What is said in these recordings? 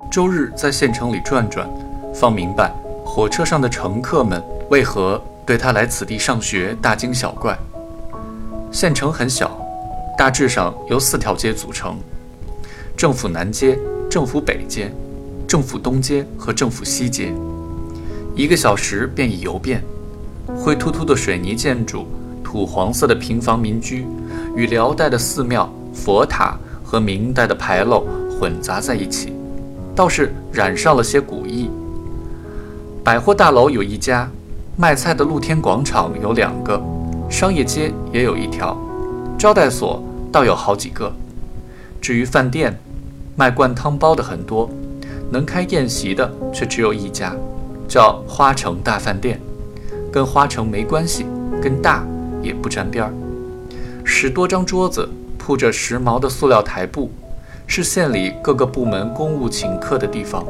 周日在县城里转转，方明白火车上的乘客们为何对他来此地上学大惊小怪。县城很小，大致上由4条街组成：政府南街、政府北街、政府东街和政府西街。1个小时便已游遍，灰秃秃的水泥建筑、土黄色的平房民居与辽代的寺庙、佛塔和明代的牌楼混杂在一起，倒是染上了些古意。百货大楼有1家，卖菜的露天广场有2个，商业街也有1条，招待所倒有好几个。至于饭店，卖灌汤包的很多，能开宴席的却只有1家，叫花城大饭店，跟花城没关系，跟大也不沾边儿。10多张桌子铺着时髦的塑料台布，是县里各个部门公务请客的地方。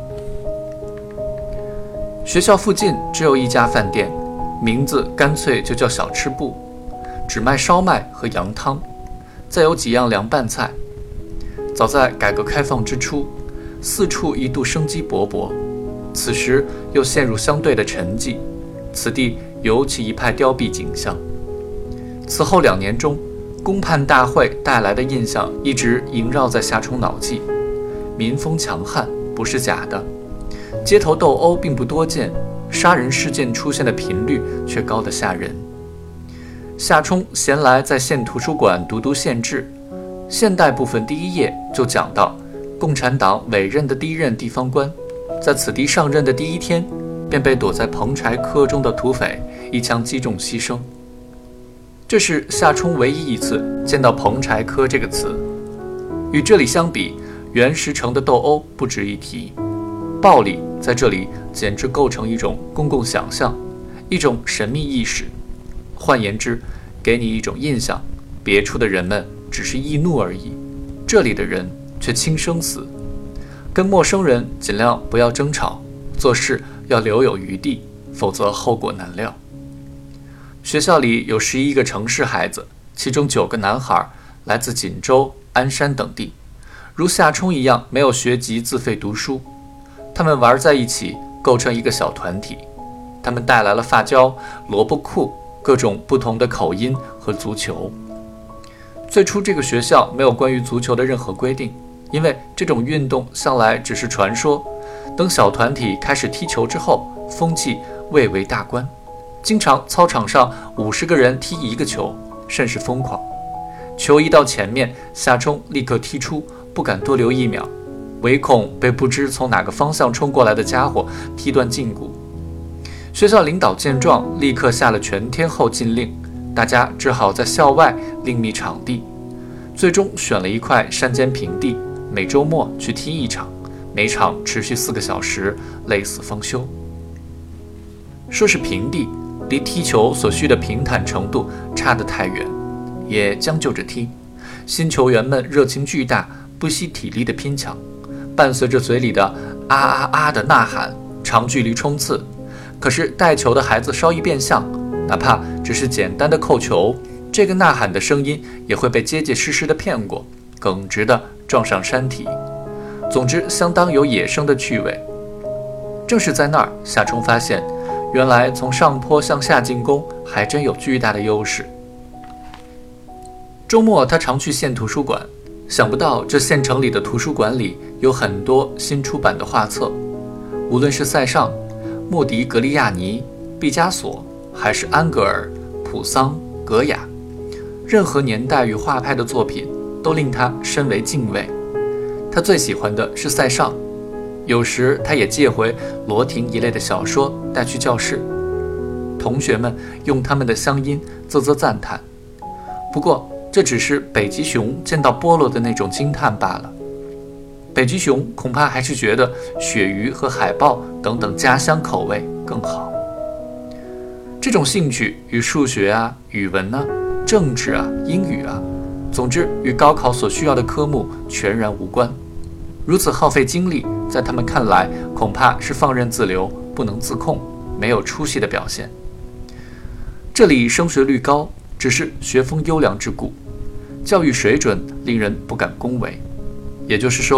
学校附近只有1家饭店，名字干脆就叫小吃部，只卖烧麦和羊汤，再有几样凉拌菜。早在改革开放之初，四处一度生机勃勃，此时又陷入相对的沉寂，此地尤其一派凋敝景象。此后2年中，公判大会带来的印象一直萦绕在夏冲脑际，民风强悍不是假的，街头斗殴并不多见，杀人事件出现的频率却高得吓人。夏冲闲来在县图书馆读县志，现代部分第1页就讲到，共产党委任的第1任地方官，在此地上任的第1天，便被躲在彭柴科中的土匪一枪击中牺牲。这是夏冲唯一一次见到彭柴科这个词。与这里相比，原石城的斗殴不值一提，暴力在这里简直构成一种公共想象，一种神秘意识。换言之，给你一种印象，别处的人们只是易怒而已，这里的人却轻生死。跟陌生人尽量不要争吵，做事要留有余地，否则后果难料。学校里有11个城市孩子，其中9个男孩来自锦州、鞍山等地，如夏冲一样没有学籍，自费读书。他们玩在一起，构成一个小团体。他们带来了发胶、萝卜裤，各种不同的口音和足球。最初这个学校没有关于足球的任何规定，因为这种运动向来只是传说。等小团体开始踢球之后，风气蔚为大观，经常操场上50个人踢1个球，甚是疯狂。球一到前面，夏冲立刻踢出，不敢多留1秒，唯恐被不知从哪个方向冲过来的家伙踢断胫骨。学校领导见状，立刻下了全天候禁令，大家只好在校外另觅场地。最终选了一块山间平地，每周末去踢1场，每场持续4个小时，累死方休。说是平地，离踢球所需的平坦程度差得太远，也将就着踢。新球员们热情巨大，不惜体力的拼抢，伴随着嘴里的啊啊啊的呐喊，长距离冲刺。可是带球的孩子稍一变相，哪怕只是简单的扣球，这个呐喊的声音也会被结结实实的骗过，耿直的撞上山体。总之相当有野生的趣味。正是在那儿，夏冲发现原来从上坡向下进攻还真有巨大的优势。周末他常去县图书馆，想不到这县城里的图书馆里有很多新出版的画册，无论是塞尚、莫迪格利亚尼、毕加索，还是安格尔、普桑、格雅，任何年代与画派的作品都令他深为敬畏。他最喜欢的是塞尚，有时他也借回罗廷一类的小说带去教室，同学们用他们的乡音啧啧赞叹。不过这只是北极熊见到菠萝的那种惊叹罢了，北极熊恐怕还是觉得鳕鱼和海豹等等家乡口味更好。这种兴趣与数学啊、语文啊、政治啊、英语啊，总之与高考所需要的科目全然无关。如此耗费精力，在他们看来恐怕是放任自流，不能自控，没有出息的表现。这里升学率高，只是学风优良之故，教育水准令人不敢恭维。也就是说，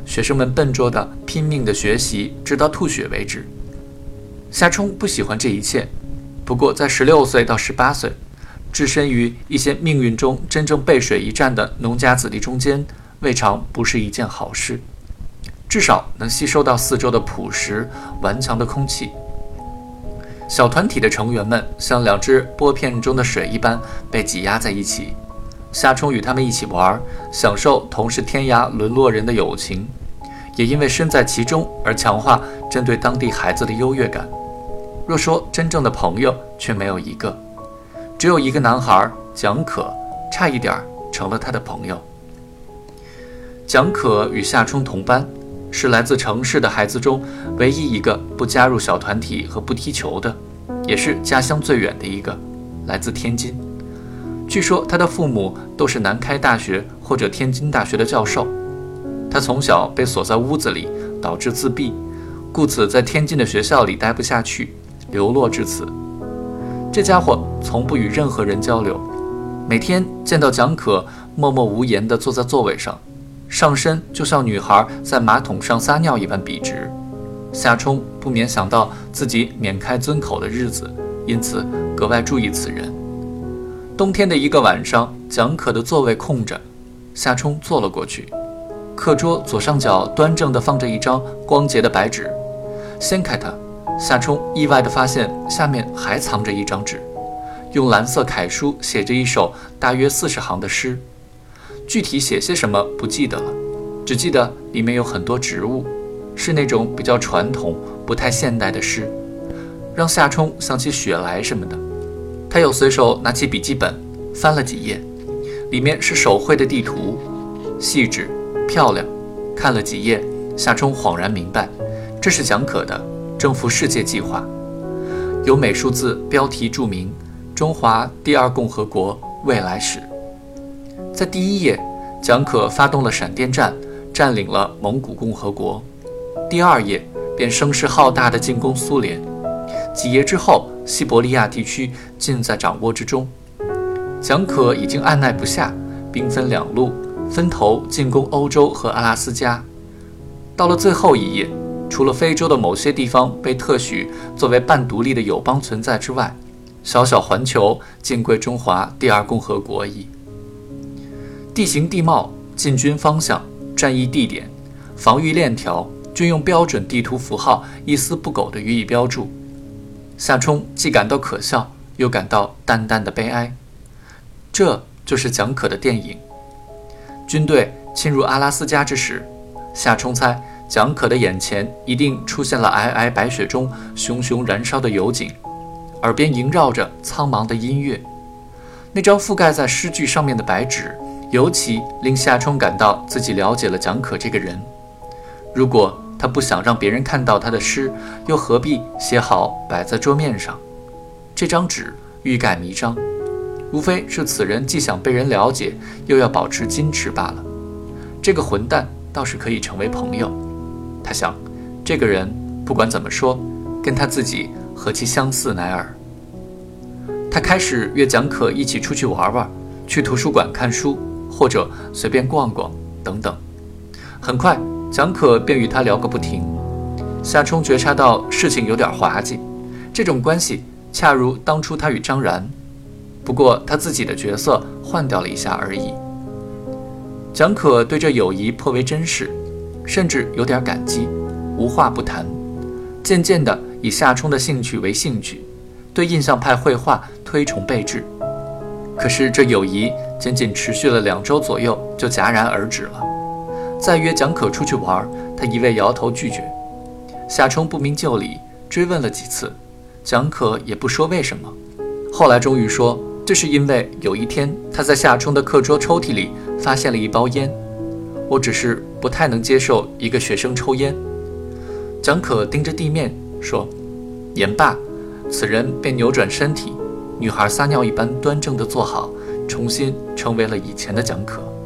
学生们笨拙地拼命地学习，直到吐血为止。夏冲不喜欢这一切，不过在16岁到18岁，置身于一些命运中真正背水一战的农家子弟中间，未尝不是一件好事。至少能吸收到四周的朴实顽强的空气。小团体的成员们像两只拨片中的水一般被挤压在一起，夏冲与他们一起玩，享受同是天涯沦落人的友情，也因为身在其中而强化针对当地孩子的优越感。若说真正的朋友，却没有一个，只有一个男孩蒋可，差一点成了他的朋友。蒋可与夏冲同班，是来自城市的孩子中唯一一个不加入小团体和不踢球的，也是家乡最远的一个，来自天津。据说他的父母都是南开大学或者天津大学的教授。他从小被锁在屋子里，导致自闭，故此在天津的学校里待不下去，流落至此。这家伙从不与任何人交流，每天见到蒋可默默无言地坐在座位上，上身就像女孩在马桶上撒尿一般笔直。夏冲不免想到自己免开尊口的日子，因此格外注意此人。冬天的一个晚上，蒋可的座位空着，夏冲坐了过去。课桌左上角端正地放着一张光洁的白纸，掀开它，夏冲意外地发现下面还藏着一张纸，用蓝色楷书写着一首大约40行的诗。具体写些什么不记得了，只记得里面有很多植物，是那种比较传统不太现代的诗，让夏冲想起雪莱什么的。他又随手拿起笔记本翻了几页，里面是手绘的地图，细致漂亮。看了几页，夏冲恍然明白，这是蒋可的征服世界计划，有美术字标题注明中华第二共和国未来史。在第1页，蒋可发动了闪电战，占领了蒙古共和国。第2页便声势浩大地进攻苏联。几页之后，西伯利亚地区尽在掌握之中。蒋可已经按耐不下，兵分2路，分头进攻欧洲和阿拉斯加。到了最后1页，除了非洲的某些地方被特许作为半独立的友邦存在之外，小小环球尽归中华第二共和国矣。地形地貌、进军方向、战役地点、防御链条均用标准地图符号一丝不苟地予以标注。夏冲既感到可笑，又感到淡淡的悲哀。这就是蒋可的电影。军队侵入阿拉斯加之时，夏冲猜蒋可的眼前一定出现了皑皑白雪中熊熊燃烧的油井，耳边萦绕着苍茫的音乐。那张覆盖在诗句上面的白纸，尤其令夏冲感到自己了解了蒋可这个人。如果他不想让别人看到他的诗，又何必写好摆在桌面上？这张纸欲盖弥彰，无非是此人既想被人了解，又要保持矜持罢了。这个混蛋倒是可以成为朋友。他想，这个人不管怎么说，跟他自己何其相似乃尔。他开始约蒋可一起出去玩玩，去图书馆看书，或者随便逛逛等等。很快蒋可便与他聊个不停。夏冲觉察到事情有点滑稽，这种关系恰如当初他与张然，不过他自己的角色换掉了一下而已。蒋可对这友谊颇为珍视，甚至有点感激，无话不谈。渐渐地以夏冲的兴趣为兴趣，对印象派绘画推崇备至。可是这友谊仅仅持续了2周左右，就戛然而止了。再约蒋可出去玩，他一味摇头拒绝。夏冲不明就里，追问了几次，蒋可也不说为什么。后来终于说，这是因为有一天他在夏冲的课桌抽屉里发现了一包烟，我只是不太能接受一个学生抽烟。蒋可盯着地面说，言罢，此人便扭转身体，女孩撒尿一般端正地坐好，重新成为了以前的蒋可。